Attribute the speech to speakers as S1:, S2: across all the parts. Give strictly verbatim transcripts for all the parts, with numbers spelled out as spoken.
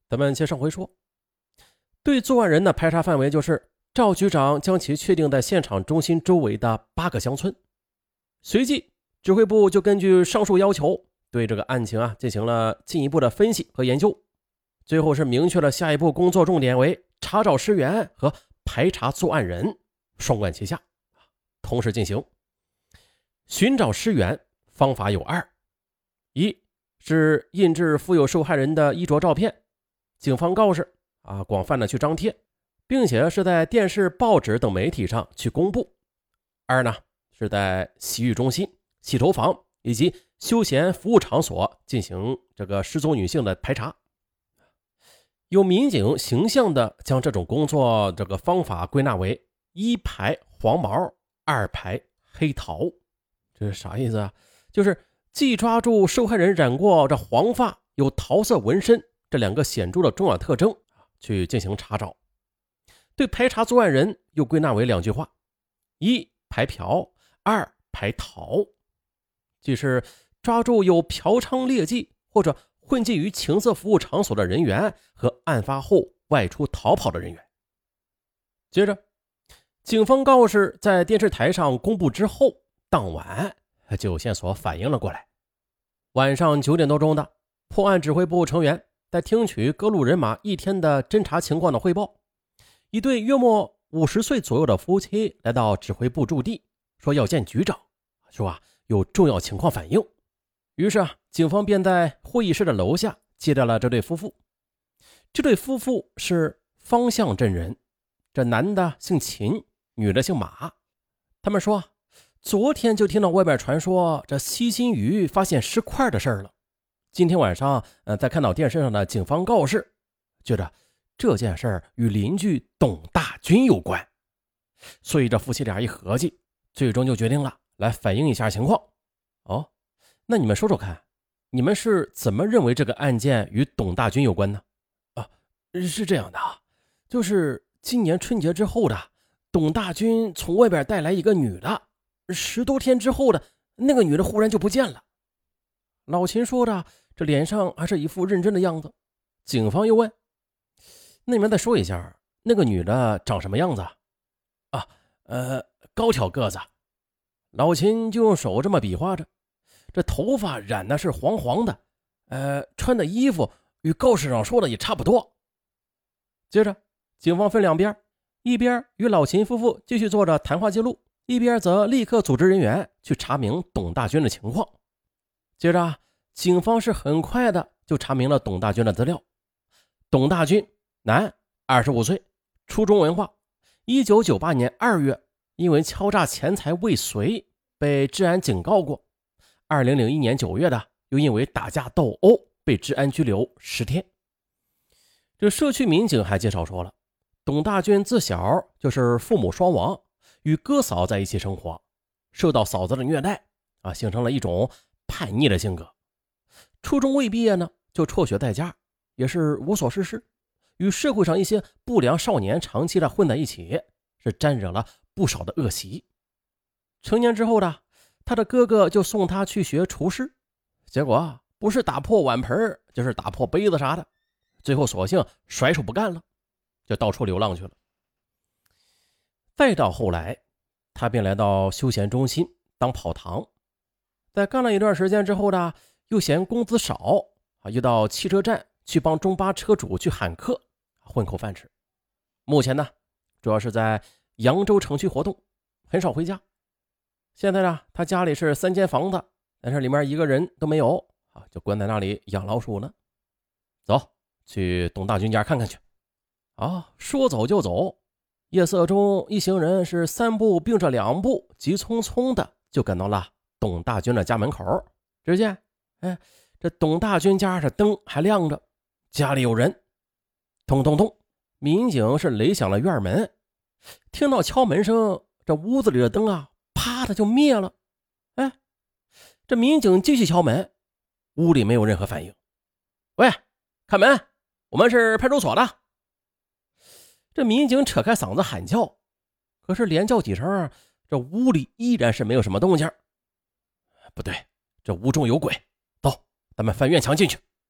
S1: 咱们接上回说，对作案人的排查范围就是赵局长将其确定在现场中心周围的八个乡村。随即指挥部就根据上述要求对这个案情啊进行了进一步的分析和研究，最后是明确了下一步工作重点为查找尸源和排查作案人，双管齐下，同时进行。寻找尸源方法有二，一是印制附有受害人的衣着照片，警方告示啊广泛的去张贴，并且是在电视、报纸等媒体上去公布。二呢是在洗浴中心、洗头房以及休闲服务场所进行这个失踪女性的排查。有民警形象的将这种工作这个方法归纳为一排黄毛，二排黑桃。这是啥意思啊？就是既抓住受害人染过这黄发有桃色纹身这两个显著的重要特征去进行查找。对排查作案人又归纳为两句话：一排嫖，二排逃。即是抓住有嫖娼劣迹或者混迹于情色服务场所的人员和案发后外出逃跑的人员。接着警方告示在电视台上公布之后，当晚就有线索反映了过来。晚上九点多钟的，破案指挥部成员在听取各路人马一天的侦查情况的汇报，一对约莫五十岁左右的夫妻来到指挥部驻地，说要见局长，说啊有重要情况反映。于是啊，警方便在会议室的楼下接待了这对夫妇。这对夫妇是方向镇人，这男的姓秦，女的姓马。他们说昨天就听到外边传说这西新余发现尸块的事儿了，今天晚上呃，在看到电视上的警方告示，觉得这件事儿与邻居董大军有关，所以这夫妻俩一合计，最终就决定了来反映一下情况。哦，那你们说说看，你们是怎么认为这个案件与董大军有关呢？啊，是这样的啊，就是今年春节之后的，董大军从外边带来一个女的，十多天之后的，那个女的忽然就不见了。老秦说的，这脸上还是一副认真的样子。警方又问，那你们再说一下，那个女的长什么样子啊？啊，呃，高挑个子。老秦就用手这么比划着，这头发染的是黄黄的，呃，穿的衣服与告示上说的也差不多。接着警方分两边，一边与老秦夫妇继续做着谈话记录，一边则立刻组织人员去查明董大军的情况。接着警方是很快的就查明了董大军的资料。董大军，男，二十五岁，初中文化，一九九八年二月因为敲诈钱财未遂被治安警告过，二零零一年九月的又因为打架斗殴被治安拘留十天。这社区民警还介绍说了，董大军自小就是父母双亡，与哥嫂在一起生活，受到嫂子的虐待啊，形成了一种叛逆的性格。初中未毕业呢，就辍学在家，也是无所事事，与社会上一些不良少年长期的混在一起，是沾惹了不少的恶习。成年之后的他的哥哥就送他去学厨师，结果不是打破碗盆就是打破杯子啥的，最后索性甩手不干了，就到处流浪去了。再到后来，他便来到休闲中心当跑堂，在干了一段时间之后呢，又嫌工资少，又到汽车站去帮中巴车主去喊客，混口饭吃。目前呢，主要是在扬州城区活动，很少回家。现在呢，他家里是三间房子，但是里面一个人都没有啊，就关在那里养老鼠呢。走，去董大军家看看去。啊，说走就走。夜色中，一行人是三步并着两步，急匆匆的就赶到了董大军的家门口。只见，哎，这董大军家的灯还亮着，家里有人。咚咚咚，民警是擂响了院门。听到敲门声，这屋子里的灯啊，啪的就灭了。哎，这民警继续敲门，屋里没有任何反应。喂，开门，我们是派出所的。这民警扯开嗓子喊叫，可是连叫几声，这屋里依然是没有什么动静。不对，这屋中有鬼，走，咱们翻院墙进去。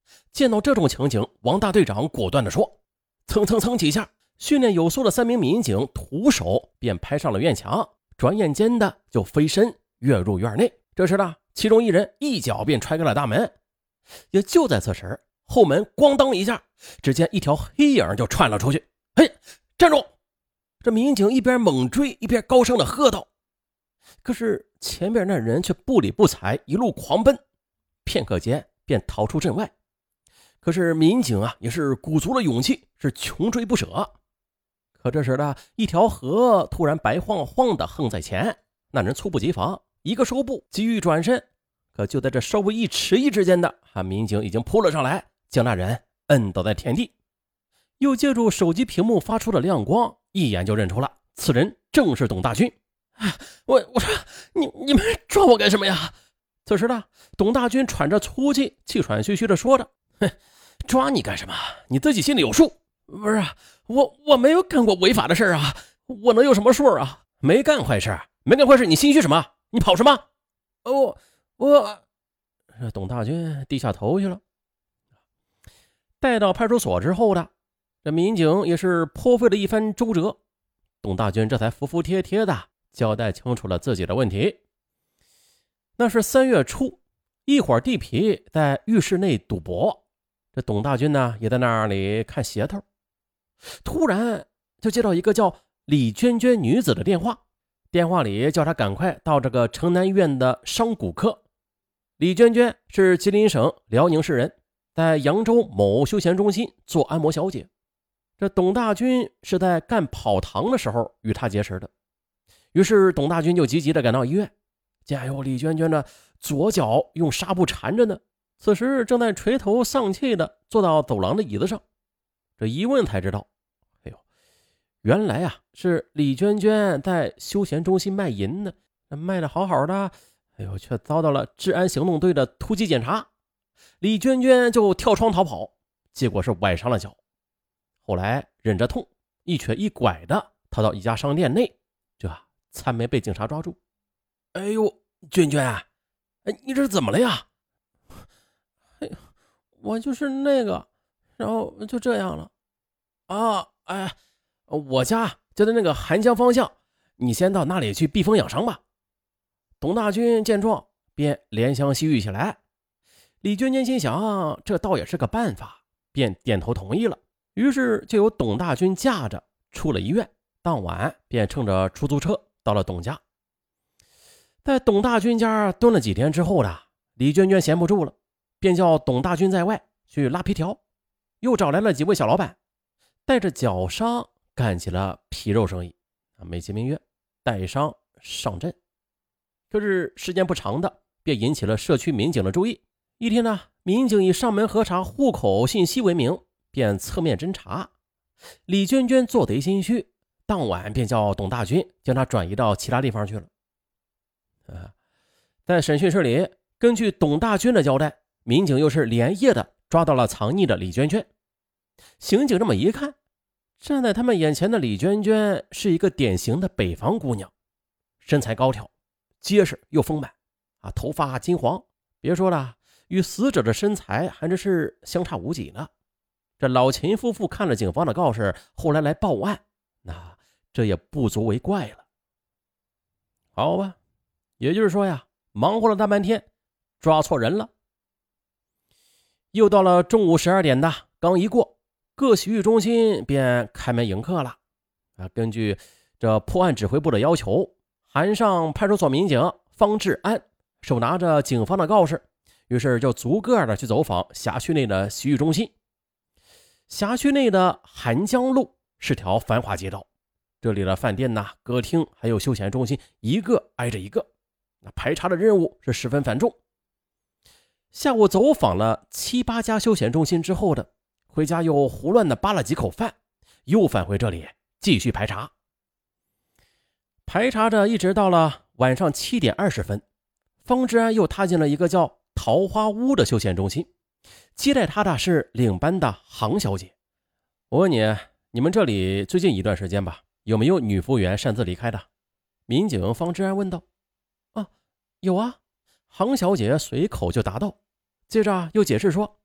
S1: 见到这种情景，王大队长果断地说，蹭蹭蹭几下，训练有素的三名民警徒手便拍上了院墙，转眼间的就飞身跃入院内。这时呢，其中一人一脚便踹开了大门。也就在此时，后门咣当一下，只见一条黑影就窜了出去。嘿，站住！这民警一边猛追一边高声的喝道。可是前边那人却不理不睬，一路狂奔，片刻间便逃出镇外。可是民警啊也是鼓足了勇气，是穷追不舍。可这时呢，一条河突然白晃晃的横在前，那人猝不及防，一个收步，急于转身。可就在这稍微一迟疑之间的啊，民警已经扑了上来，将那人摁倒在田地。又借助手机屏幕发出的亮光，一眼就认出了此人正是董大军。啊、我我说你你们抓我干什么呀？此时呢，董大军喘着粗气，气喘吁吁的说着：“哼，抓你干什么？你自己心里有数。不是我我没有干过违法的事啊，我能有什么数啊？没干坏事，没干坏事，你心虚什么？你跑什么？我我……”董大军低下头去了。带到派出所之后的这民警也是颇费了一番周折，董大军这才服服帖帖的交代清楚了自己的问题。那是三月初，一伙地痞在浴室内赌博，这董大军呢也在那里看鞋头。突然就接到一个叫李娟娟女子的电话，电话里叫她赶快到这个城南医院的伤骨科。李娟娟是吉林省辽宁市人，在扬州某休闲中心做按摩小姐。这董大军是在干跑堂的时候与她结识的。于是董大军就急急地赶到医院，见有李娟娟的左脚用纱布缠着呢，此时正在垂头丧气地坐到走廊的椅子上。这一问才知道，哎呦，原来啊是李娟娟在休闲中心卖淫呢，卖得好好的，哎呦，却遭到了治安行动队的突击检查。李娟娟就跳窗逃跑，结果是崴伤了脚。后来忍着痛，一瘸一拐的逃到一家商店内，这才没被警察抓住。哎呦，娟娟啊，哎，你这是怎么了呀？哎，我就是那个，然后就这样了。啊，哎，我家就在那个韩江方向，你先到那里去避风养伤吧。董大军见状，便怜香惜玉起来。李娟娟心想，这倒也是个办法，便点头同意了。于是就由董大军驾着出了医院，当晚便乘着出租车到了董家。在董大军家蹲了几天之后呢，李娟娟闲不住了，便叫董大军在外去拉皮条，又找来了几位小老板，带着脚伤干起了皮肉生意，美其名曰带伤上阵。可是时间不长的，便引起了社区民警的注意。一天呢，民警以上门核查户口信息为名，便侧面侦查。李娟娟做贼心虚，当晚便叫董大军将他转移到其他地方去了。啊，在审讯室里，根据董大军的交代，民警又是连夜的抓到了藏匿的李娟娟。刑警这么一看，站在他们眼前的李娟娟是一个典型的北方姑娘，身材高挑，结实又丰满，啊，头发金黄，别说了，与死者的身材还真是相差无几呢。这老秦夫妇看了警方的告示，后来来报案，那这也不足为怪了。好吧，也就是说呀，忙活了大半天，抓错人了。又到了中午十二点的，刚一过，各洗浴中心便开门迎客了。啊，根据这破案指挥部的要求，韩上派出所民警方志安手拿着警方的告示，于是就逐个的去走访辖区内的洗浴中心。辖区内的韩江路是条繁华街道，这里的饭店呐、歌厅还有休闲中心一个挨着一个，那排查的任务是十分繁重。下午走访了七八家休闲中心之后的，回家又胡乱的扒了几口饭，又返回这里继续排查。排查着一直到了晚上七点二十分，方志安又踏进了一个叫桃花屋的休闲中心，接待他的是领班的杭小姐。我问你，你们这里最近一段时间吧，有没有女服务员擅自离开的？民警方志安问道。啊，有啊，杭小姐随口就答道，接着又解释说，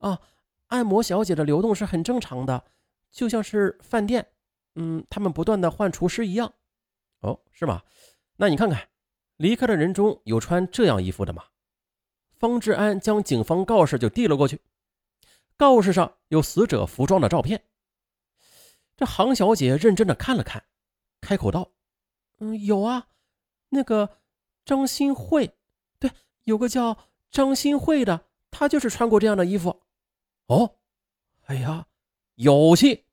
S1: 啊，按摩小姐的流动是很正常的，就像是饭店，嗯，他们不断的换厨师一样。哦，是吗？那你看看，离开的人中有穿这样衣服的吗？方志安将警方告示就递了过去，告示上有死者服装的照片。这杭小姐认真的看了看，开口道：嗯，有啊，那个张新慧，对，有个叫张新慧的，她就是穿过这样的衣服。哦，哎呀，有戏。